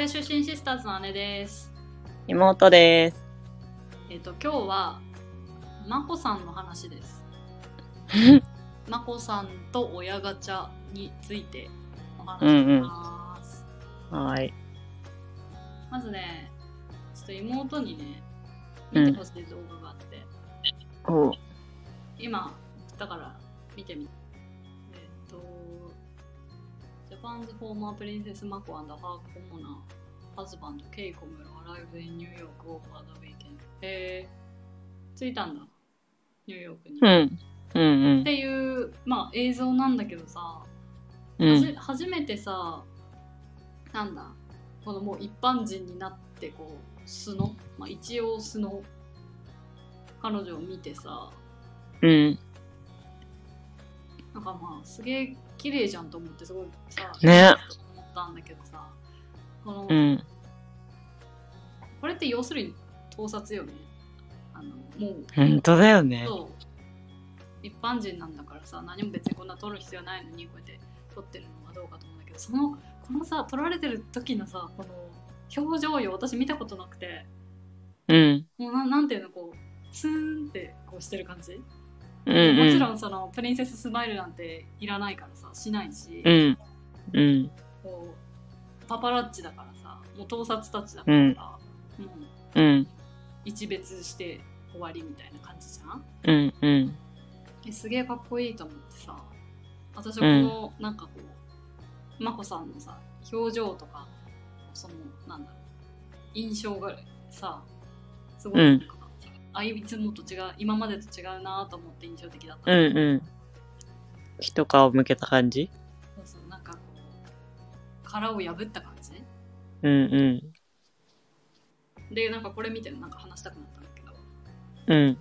屋出身シスターズの姉です。 妹です。 今日はまこさんの話です。まこさんと親ガチャについてお話しします。 はい。 まずね、ちょっと妹にね、見てほしい動画があって、今送ったから見てみて。Japan's former Princess Mako and her commoner husband Keiko will arrive in New York over the weekend. 着いたんだ、ニューヨークに。っていう、まあ、映像なんだけどさ、初めてさ、なんだ、このもう一般人になってこう素の、まあ、一応素の彼女を見てさ、なんかまあすげえ綺麗じゃんと思ってすごいさ、 ね、 思ったんだけどさ、これって要するに盗撮よね。もう本当だよね。 そう、一般人なんだからさ、何も別にこんな撮る必要ないのにこうやって撮ってるのはどうかと思うんだけど、このさ、撮られてる時のさ、この表情よ、私見たことなくて、もうなんていうの、こうツーンってこうしてる感じ。もちろんそのプリンセススマイルなんていらないからさ、しないし、こうパパラッチだからさ、もう盗撮たちだからさ、もう一別して終わりみたいな感じじゃん。すげえかっこいいと思ってさ、私はこのなんかこう、まこさんのさ表情とかそのなんだろう、印象がさ、すごいいつもと違う、今までと違うなと思って印象的だった。 一皮むけた感じ。 そうそう、なんかこう殻を破った感じ。で、なんかこれ見てなんか話したくなったんだけど、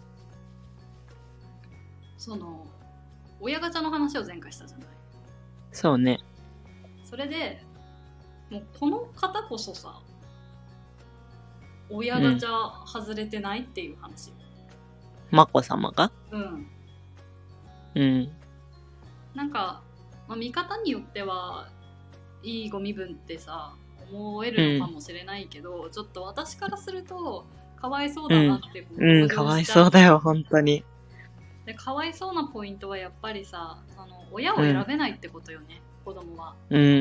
その親ガチャの話を前回したじゃない。 そうね。 それでもうこの方こそさ、親ガチャ外れてないっていう話。 まこ様が？ なんか、まあ、見方によってはいいご身分ってさ思えるのかもしれないけど、ちょっと私からするとかわいそうだなってかわいそうだよ本当に。 で、かわいそうなポイントはやっぱりさ、その親を選べないってことよね、子供は。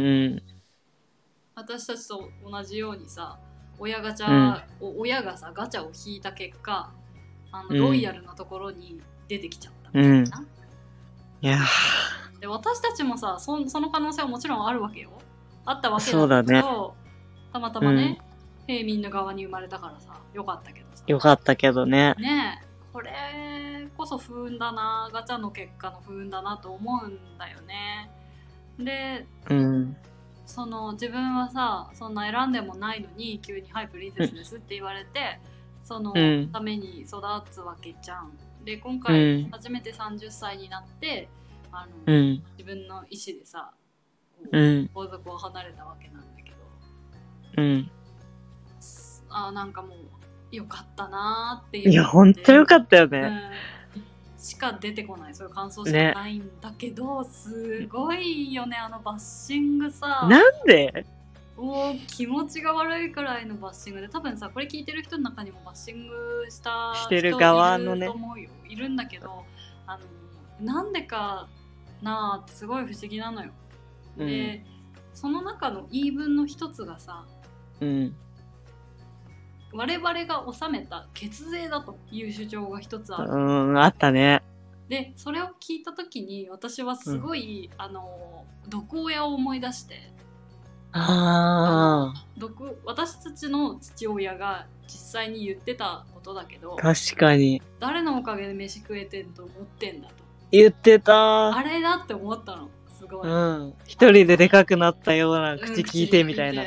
私たちと同じようにさ、親がさガチャを引いた結果、ロイヤルなところに出てきちゃったみたいな。 いやで、私たちもさ、その可能性はもちろんあるわけよ。あったわけなんだけど、たまたまね、平民の側に生まれたからさ、よかったけどさ。 よかったけどね。 ねえ、これこそ不運だな、ガチャの結果の不運だなと思うんだよね。で、その自分はさ、そんな選んでもないのに急に「はいプリンセスです」って言われて、そのために育つわけじゃん。で、今回初めて30歳になって自分の意思でさ、皇族を離れたわけなんだけど、なんかもうよかったなーっていう。 いやほんとよかったよね、 しか出てこない、そういう感想しかないんだけど、すごいよね、バッシングさ。 なんで？ 気持ちが悪いくらいのバッシングで、多分さ、これ聞いてる人の中にもバッシングした人いると思うよ。いるんだけど、なんでかなーってすごい不思議なのよ。で、その中の言い分の一つがさ、我々が収めた血税だという主張が一つある。 あったね。で、 それを聞いた時に私はすごい、毒親を思い出して、私たちの父親が実際に言ってたことだけど、 確かに誰のおかげで飯食えてんと思ってんだと言ってた。 あれだって思ったの、すごい。 一人ででかくなったような口聞いてみたいな、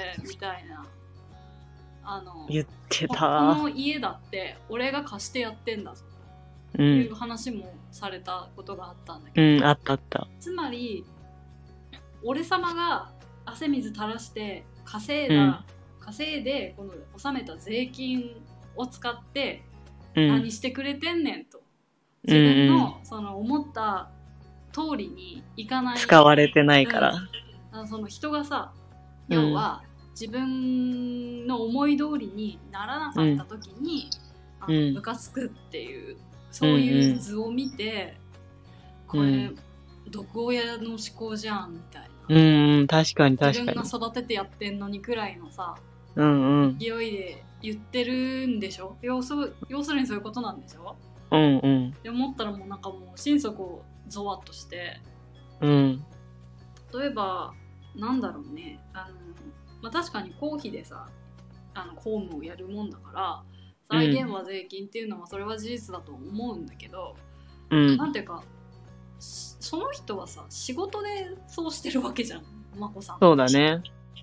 言ってた。 この家だって俺が貸してやってんだという話もされたことがあったんだけど、 あった。 つまり俺様が汗水垂らして稼いでこの納めた税金を使って何してくれてんねんと、自分のその思った通りにいかない、 使われてないから、 その人がさ、要は自分の思い通りにならなかった時に、ムカつくっていうそういう図を見て、これ毒親の思考じゃんみたいな、 確かに確かに自分が育ててやってんのにくらいのさ、 勢いで言ってるんでしょ。要するにそういうことなんでしょ。で思ったらもうなんかもう心底ゾワッとして、例えばなんだろうね、確かに公費でさ公務をやるもんだから財源は税金っていうのはそれは事実だと思うんだけど、なんていうかその人はさ仕事でそうしてるわけじゃん、まこさん。 そうだね。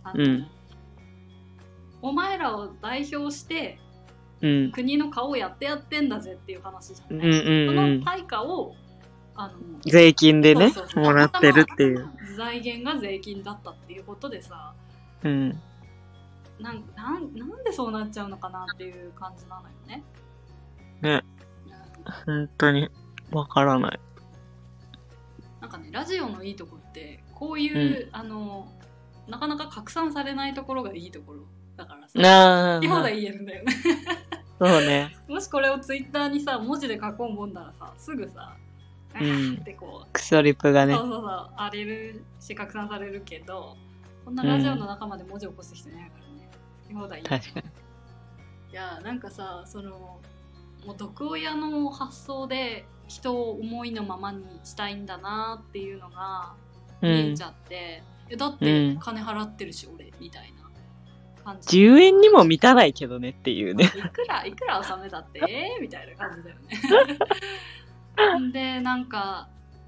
お前らを代表して、国の顔をやってんだぜっていう話じゃんね。その対価を税金でねもらってるっていう、 財源が税金だったっていうことでさ、なんでそうなっちゃうのかなっていう感じなのよね。 ね、本当にわからない。 なんかね、ラジオのいいとこってこういう、なかなか拡散されないところがいいところだからさ、好き放題言えるんだよね。 そうね。 もしこれをツイッターにさ文字で書こうもんだらさ、すぐさってこうクソリプがね、 そう荒れるし拡散されるけど、こんなラジオの中まで文字を起こす人いないからね、好き放題言える。 確かに。 いやなんかさ、もう毒親の発想で人を思いのままにしたいんだなっていうのが見えちゃって、だって金払ってるし、俺みたいな感じ。 10円にも満たないけどねっていうね。 いくら納めたってみたいな感じだよね。でなんか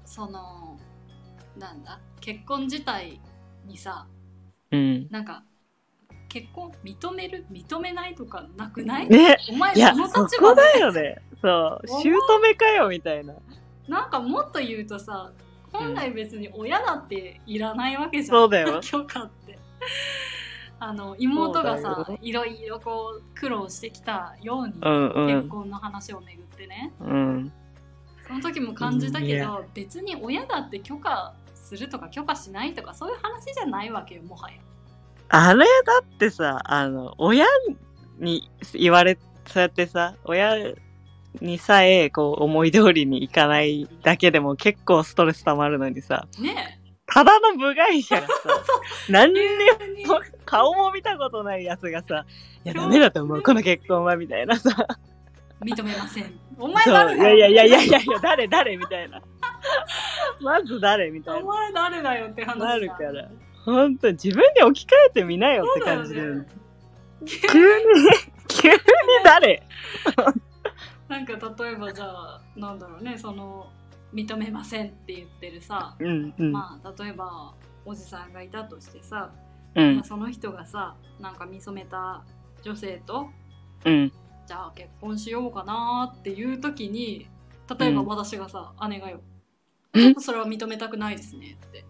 なんだ結婚自体にさ、なんか結婚認めないとかなくない？ ね、 お前いやその立場でそこだよね。そう姑かよみたいな。 なんかもっと言うとさ、本来別に親だっていらないわけじゃん。 そうだよ。 許可って妹がさいろいろこう苦労してきたように、結婚の話をめぐってね、その時も感じたけど、別に親だって許可するとか許可しないとかそういう話じゃないわけよ、もはや。 あれだってさ、親に言われ、そうやってさ、親にさえこう思い通りにいかないだけでも結構ストレス溜まるのにさ、 ねえ、 ただの部外者がさ、何にも顔も見たことないやつがさ、いやダメだと思うこの結婚はみたいなさ、 認めません。お前誰だよ。 いや誰みたいな。まず誰みたいな。 お前誰だよって話なるから。本当に自分に置き換えてみなよって感じで、ね、急に誰なんか例えばじゃあなんだろうね、認めませんって言ってるさ、まあ例えばおじさんがいたとしてさ、その人がさなんか見初めた女性と、じゃあ結婚しようかなっていう時に、例えば私がさ、姉がよ、ちょっとそれは認めたくないですねって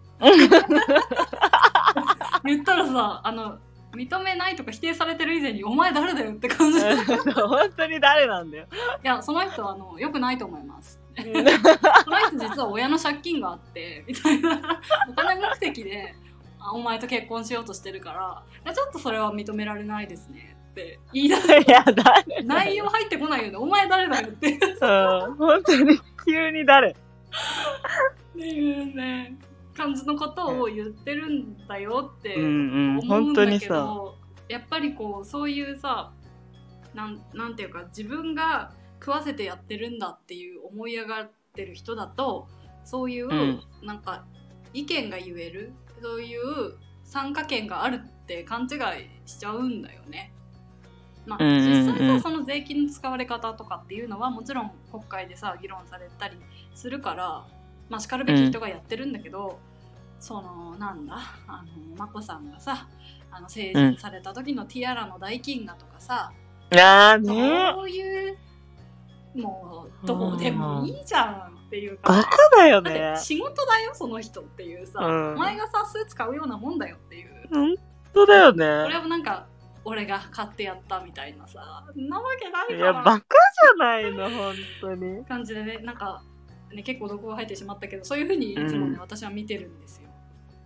言ったらさ、認めないとか否定されてる以前にお前誰だよって感じ。 本当に誰なんだよ。 いやその人は良くないと思いますその人実は親の借金があってみたいな、お金目的でお前と結婚しようとしてるからちょっとそれは認められないですねって言い出す。 いや内容入ってこないよね、お前誰だよって本当に急に誰っていうね感じのことを言ってるんだよって思うんだけど、やっぱりこうそういうさ、なんていうか自分が食わせてやってるんだっていう思い上がってる人だと、そういうなんか意見が言える、そういう参加権があるって勘違いしちゃうんだよね。まあ、実際さその税金の使われ方とかっていうのはもちろん国会でさ議論されたりするから、まあ、しかるべき人がやってるんだけど、なんだ眞子さんがさ成人された時のティアラの代金がとかさ、そういうもうどうでもいいじゃんっていうか、 バカだよね。 だって仕事だよその人っていうさ、お前がさスーツ買うようなもんだよっていう。 本当だよね。 これもなんか俺が買ってやったみたいなさ、なわけないから。 いやバカじゃないの本当に感じでね、なんかね結構毒が入ってしまったけど、そういう風にいつもね、私は見てるんですよ。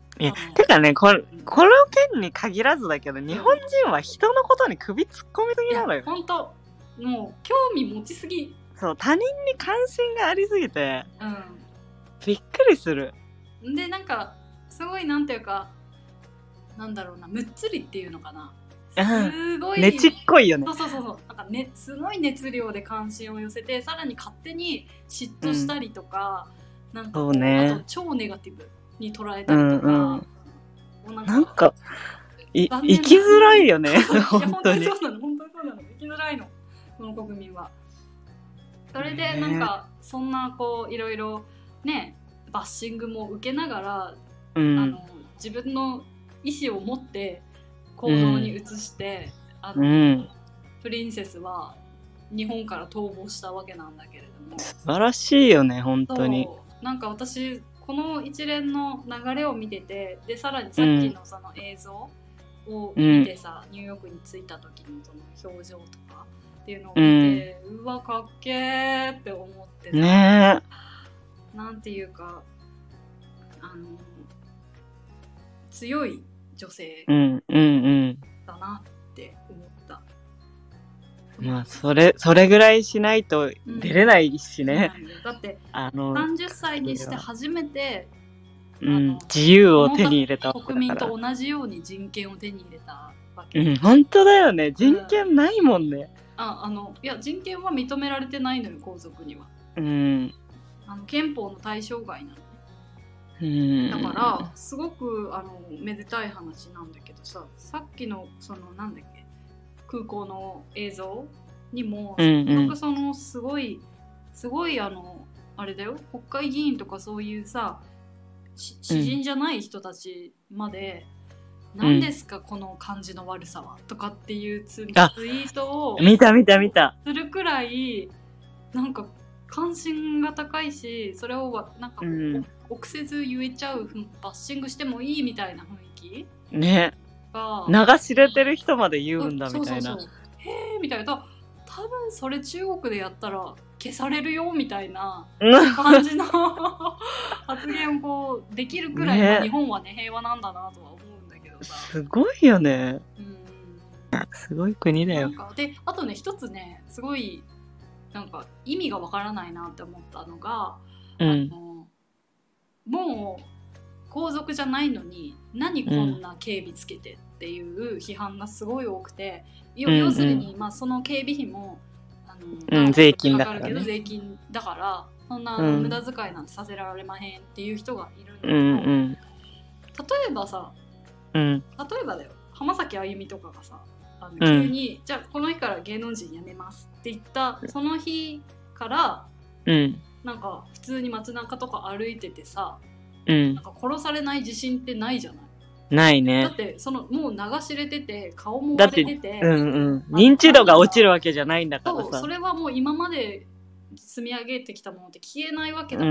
いや、てかね、この件に限らずだけど、日本人は人のことに首突っ込みすぎなのよ。 ほんと、もう興味持ちすぎ。 そう、他人に関心がありすぎて、 うびっくりする。 ん。で、なんか、すごいなんていうか、なんだろうな、むっつりっていうのかな。すごい。 ねちっこいよね。 そう。なんかね、すごい熱量で関心を寄せて、さらに勝手に嫉妬したりとか、なんかこう、あと超ネガティブに捉えたりとか、もうなんか生きづらいよね。 本当にそうなの。生きづらいの、この国民は。それでなんか、そんなこういろいろね、バッシングも受けながら、自分の意思を持って行動に移して、プリンセスは日本から逃亡したわけなんだけれども、 素晴らしいよね、本当に。 なんか私この一連の流れを見てて、でさらにさっきのその映像を見てさ、ニューヨークに着いた時のその表情とかっていうのを見て、うわかっけーって思ってさ、 ね、 なんていうか強い女性だなって思った。 まあそれぐらいしないと出れないしね。 だって30歳にして初めて自由を手に入れたわけだから。 国民と同じように人権を手に入れたわけ。 本当だよね。人権ないもんね。 いや人権は認められてないのよ、皇族には。憲法の対象外なの。だからすごくめでたい話なんだけどさ、さっきのそのなんだっけ、空港の映像にもすごいあれだよ、国会議員とかそういうさ詩人じゃない人たちまで、何ですかこの感じの悪さはとかっていうツイートを見たするくらい、なんか関心が高いし、それをなんか臆せず言えちゃう、バッシングしてもいいみたいな雰囲気ね、流しれてる人まで言うんだみたいな。 へーみたいな。多分それ中国でやったら消されるよみたいな感じの発言をこうできるくらい、ね、日本はね平和なんだなとは思うんだけどさ。 すごいよね。すごい国だよ。 であとね、一つねすごいなんか意味がわからないなって思ったのが、もう皇族じゃないのに何こんな警備つけてっていう批判がすごい多くて、要するに、その警備費も税金だからね。 かかるけど税金だからそんな無駄遣いなんてさせられまへんっていう人がいるんだけど、例えばさ、例えばだよ、浜崎あゆみとかがさ急に、じゃあこの日から芸能人辞めますって言ったその日から、なんか普通に街中とか歩いててさ、なんか殺されない自信ってないじゃない。 ないね。 だってもう流しれてて顔も割れてて、 認知度が落ちるわけじゃないんだからさ。 それはもう今まで積み上げてきたものって消えないわけだから、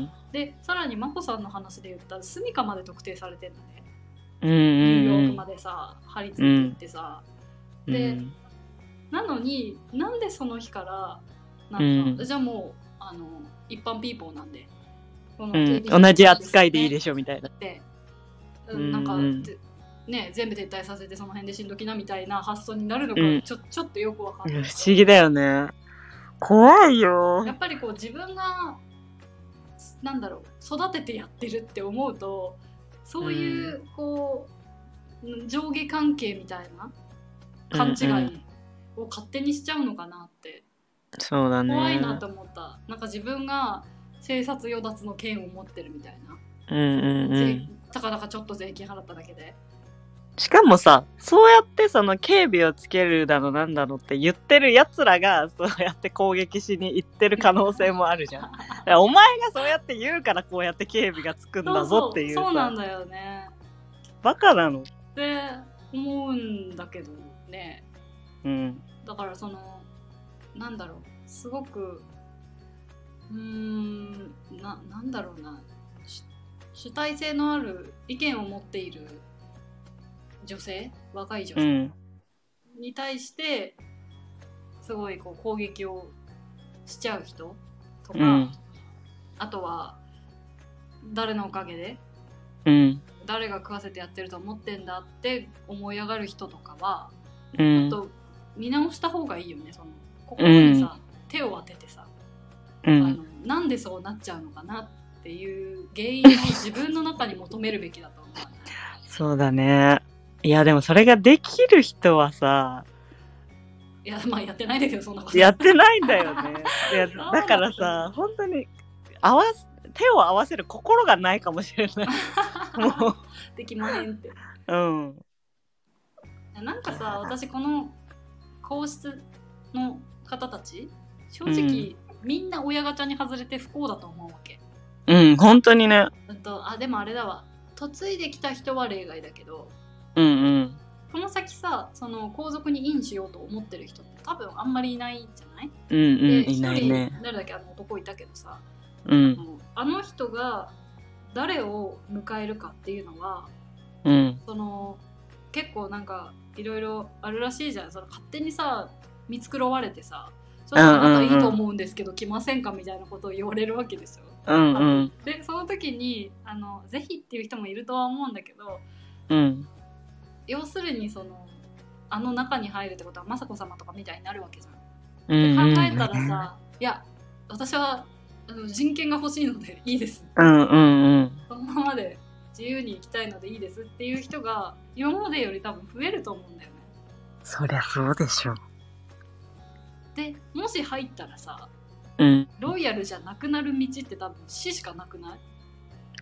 でさらに眞子さんの話で言ったら住処まで特定されてんだね。ニューヨークまでさ張り付いていってさ、でなのになんでその日からなんか、じゃあもう一般ピーポーなんでこの同じ扱いでいいでしょみたいな。 でなんかね、全部撤退させてその辺でしんどきなみたいな発想になるのか、ちょっとよくわかんない。 不思議だよね。怖いよ。 やっぱりこう自分がなんだろう育ててやってるって思うと、そういうこう上下関係みたいな勘違いを勝手にしちゃうのかなって、 そうだね、 怖いなと思った。なんか自分が生殺与奪の権を持ってるみたいな。たかだかちょっと税金払っただけで。 しかもさ、そうやってその警備をつけるだのなんだのって言ってるやつらがそうやって攻撃しに行ってる可能性もあるじゃん。お前がそうやって言うからこうやって警備がつくんだぞっていうさ。 そうなんだよね。 バカなのって思うんだけどね。だからそのなんだろう、すごくなんだろうな、主体性のある意見を持っている女性、若い女性に対してすごいこう攻撃をしちゃう人とか、あとは誰のおかげで、 誰が食わせてやってると思ってんだって思い上がる人とかは、 うん。 ちょっと見直した方がいいよね。その心にさ、手を当ててさ、なんでそうなっちゃうのかなっていう原因を自分の中に求めるべきだと思う、ね、 そうだね。いやでもそれができる人はさ、 いやまあやってないんだけど、そんなことやってないんだよね。いやだからさ、本当に手を合わせる心がないかもしれない。もうできまへんって。 うん。 なんかさ、私この皇室の方たち正直、みんな親ガチャに外れて不幸だと思うわけ。 うん、本当にね。 でもあれだわ、嫁いできた人は例外だけど、 うんうん。 この先さ、その皇族にインしようと思ってる人って多分あんまりいないんじゃない？ うんうん、 でいないね。 誰だっけ、男いたけどさ、 うん、 あの人が誰を迎えるかっていうのは、 うん、 その結構なんかいろいろあるらしいじゃん。その勝手にさ見繕われてさ、ちょっとあなたいいと思うんですけど来ませんかみたいなことを言われるわけですよ。 うんうん、 でその時にぜひっていう人もいるとは思うんだけど、 うん、 要するにその中に入るってことは雅子さまとかみたいになるわけじゃん。 うん、 で考えたらさ、いや私は人権が欲しいのでいいです、 うんうんうん、 そのままで自由に生きたいのでいいですっていう人が今までより多分増えると思うんだよね。 そりゃそうでしょ。 でもし入ったらさ、 うん、 ロイヤルじゃなくなる道って多分死しかなくない？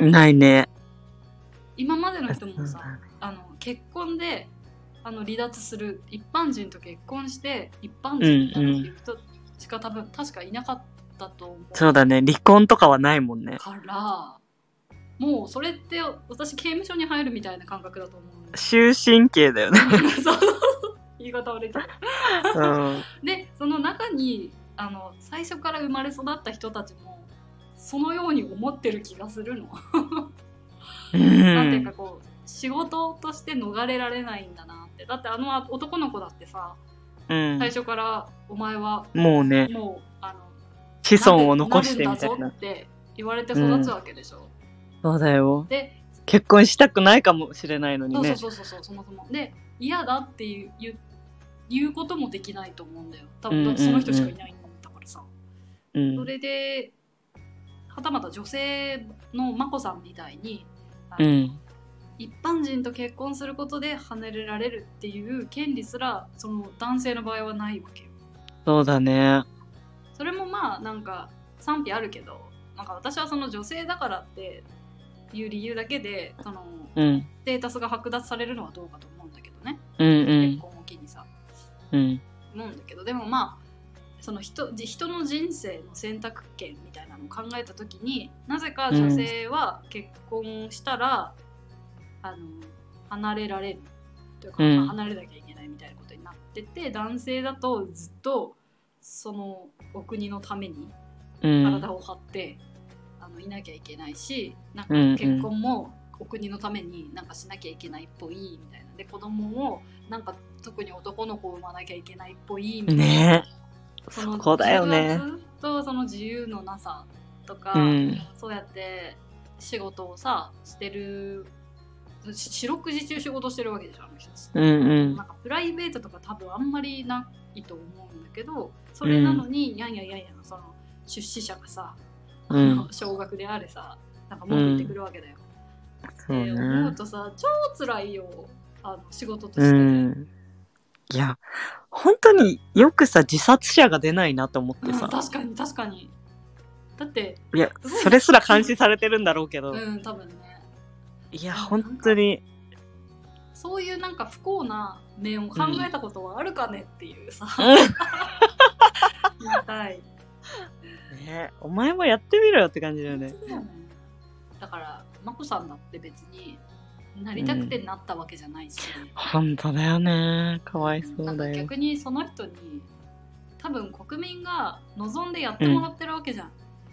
ないね。 今までの人もさ、結婚で離脱する、一般人と結婚して一般人になるっていう人しか多分確かいなかったと思う。 そうだね、離婚とかはないもんね。 からもうそれって私刑務所に入るみたいな感覚だと思う。 終身刑だよね。 そう言い方悪いけど、うん、でその中に最初から生まれ育った人たちもそのように思ってる気がするの。なんていうかこう仕事として逃れられないんだなって。だって男の子だってさ、最初からお前はもうね、 もう子孫を残してみたいなって言われて育つわけでしょ。 そうだよ。で結婚したくないかもしれないのにね。 そうそもそもで嫌だって言うこともできないと思うんだよ。多分その人しかいないんだからさ、それではたまた女性の眞子さんみたいに一般人と結婚することで離れられるっていう権利すらその男性の場合はないわけよ。 そうだね。 それもまあなんか賛否あるけど、なんか私はその女性だからっていう理由だけでその、ステータスが剥奪されるのはどうかと思うんだけどね、結婚を機にさ、思うんだけど、でもまあその人の人生の選択権みたいなのを考えた時に、なぜか女性は結婚したら、離れられるというか、離れなきゃいけないみたいなことになってて、男性だとずっとそのお国のために体を張って、いなきゃいけないし、なんか結婚もお国のためになんかしなきゃいけないっぽいみたいな。で子供もなんか特に男の子を産まなきゃいけないっぽいみたいな。ね、そこだよね。ずっとその自由のなさとか、そうやって仕事をさしてる、四六時中仕事してるわけでしょ、あの人たちって。なんかプライベートとか多分あんまりないと思うんだけど、それなのに、いやその出資者がさ、少額であれさ、なんか文句言ってくるわけだよ。って思うとさ、超辛いよ、仕事として。 いや本当によくさ自殺者が出ないなと思ってさ、 確かにだっていやそれすら監視されてるんだろうけど、 多分ね。いや本当にそういうなんか不幸な面を考えたことはあるかねっていうさ、言いたいね。お前もやってみろよって感じだよね。 だから眞子さんだって別になりたくてなったわけじゃないし、 本当だよね。かわいそうだよ。 なんか逆にその人に多分国民が望んでやってもらってるわけじゃん。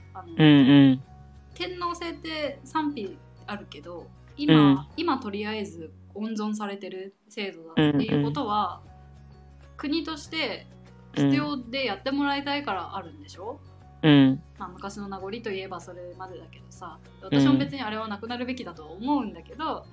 天皇制って賛否あるけど、今とりあえず温存されてる制度だっていうことは、国として必要でやってもらいたいからあるんでしょ。まあ、昔の名残といえばそれまでだけどさ、私も別にあれはなくなるべきだと思うんだけど、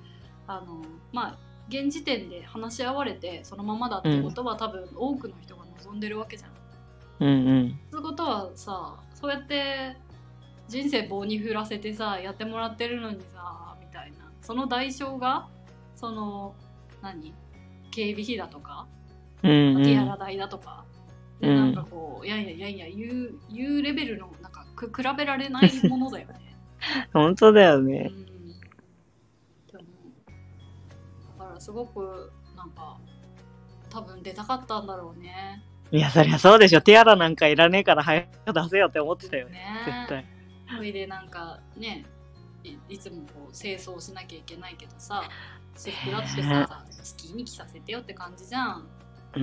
まあ現時点で話し合われてそのままだってことは、多分多くの人が望んでるわけじゃん。 うんうん。 そういうことはさ、そうやって人生棒に振らせてさやってもらってるのにさみたいな、その代償がその警備費だとか、 うんうん、 ティアラ代だとかで、なんかこう、いや言うレベルのなんか比べられないものだよね。 本当だよね。 でもだからすごくなんか多分出たかったんだろうね。 いや、そりゃそうでしょ。ティアラなんかいらねえから早く出せよって思ってたよね。絶対。 それでなんかね、いつもこう清掃しなきゃいけないけどさ、制服だってさ、好きに着させてよって感じじゃん。 うん。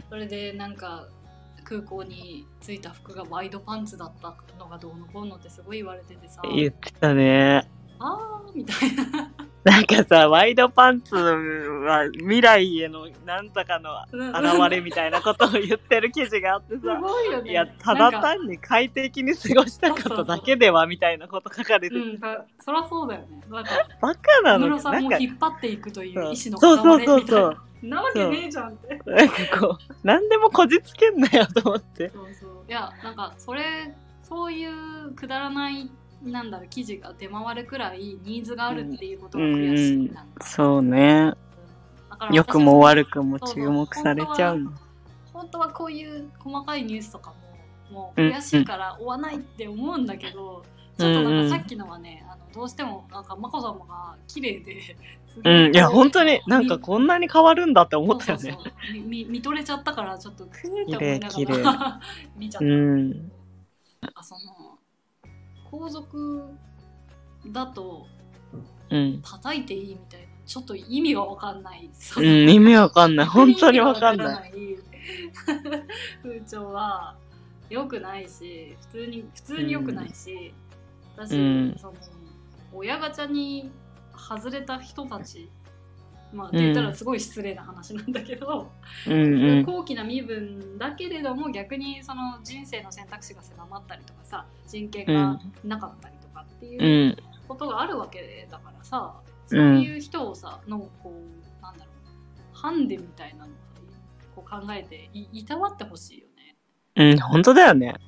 それでなんか空港に着いた服がワイドパンツだったのがどうのこうのってすごい言われててさ。 言ってたね。 あーみたいな。 なんかさ、ワイドパンツは未来へのなんとかの現れみたいなことを言ってる記事があってさ、 すごいよね。 いや、ただ単に快適に過ごしたかっただけではみたいなこと書かれてて、 そりゃそうだよね。なんかバカなの。 小室さんも引っ張っていくという意思の塊みたいな。なわけねえじゃんって。 なんかこう、何でもこじつけんなよと思って。 そういや、なんかそういうくだらない記事が出回るくらいニーズがあるっていうことが悔しい。 そうね。良くも悪くも注目されちゃうの。 本当はこういう細かいニュースとかもう悔しいから追わないって思うんだけど、ちょっとなんかさっきのはね、どうしてもなんか眞子さまが綺麗で、 いや本当になんかこんなに変わるんだって思ったよね。 見とれちゃったからちょっとクーって思いながら見ちゃった。その皇族だと叩いていいみたいな、ちょっと意味が分かんない。 意味わかんない。本当にわかんない。 風潮は良くないし、普通に良くないし、私、その親ガチャに外れた人たち、まあって言ったらすごい失礼な話なんだけど、高貴な身分だけれども逆にその人生の選択肢が狭まったりとかさ、人権がなかったりとかっていうことがあるわけだからさ、そういう人をさのこうなんだろう、ハンデみたいなのをこう考えていたわってほしいよね。本当だよね。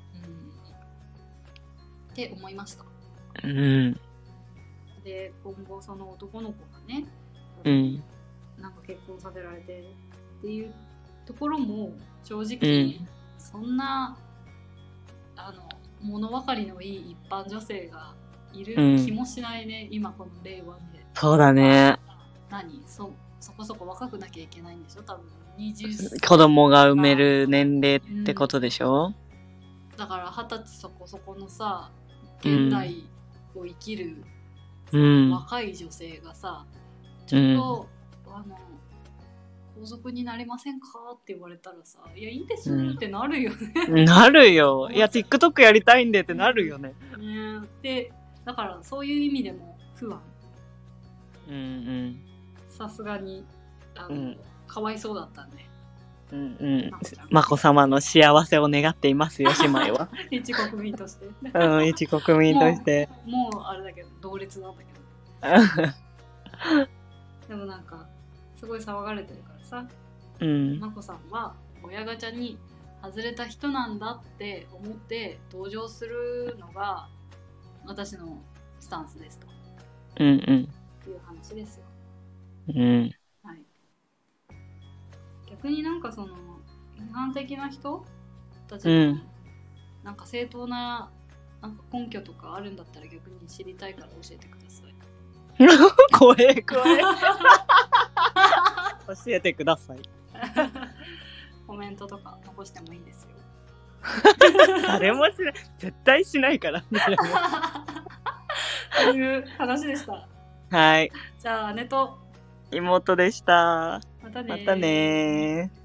って思いました。で今後その男の子がね、なんか結婚させられてっていうところも正直、そんな物分かりのいい一般女性がいる気もしないね、今この令和で。 そうだね。 そこそこ若くなきゃいけないんでしょ、多分20 子供が産める年齢ってことでしょ、 だから20歳そこそこのさ、現代を生きる、若い女性がさ、ちょっと、皇族になりませんかって言われたらさ、いやいいですってなるよね。 なるよ。いや TikTok やりたいんでってなるよね。 でだからそういう意味でも不安。さすがにかわいそうだったんで。 眞子さまの幸せを願っていますよ、姉妹は。 一国民として。 一国民として。 もうあれだけど、同列なんだけど。でもなんか、すごい騒がれてるからさ、眞子さんは親ガチャに外れた人なんだって思って登場するのが私のスタンスですと。いう話ですよ。はい。逆になんかその批判的な人たちのなんか正当ななんか根拠とかあるんだったら逆に知りたいから教えてください。 怖え教えてください。 コメントとか残してもいいですよ。 誰もしない、絶対しないから。 という話でした。 はい。 じゃあ姉と妹でした。 またね。 またね。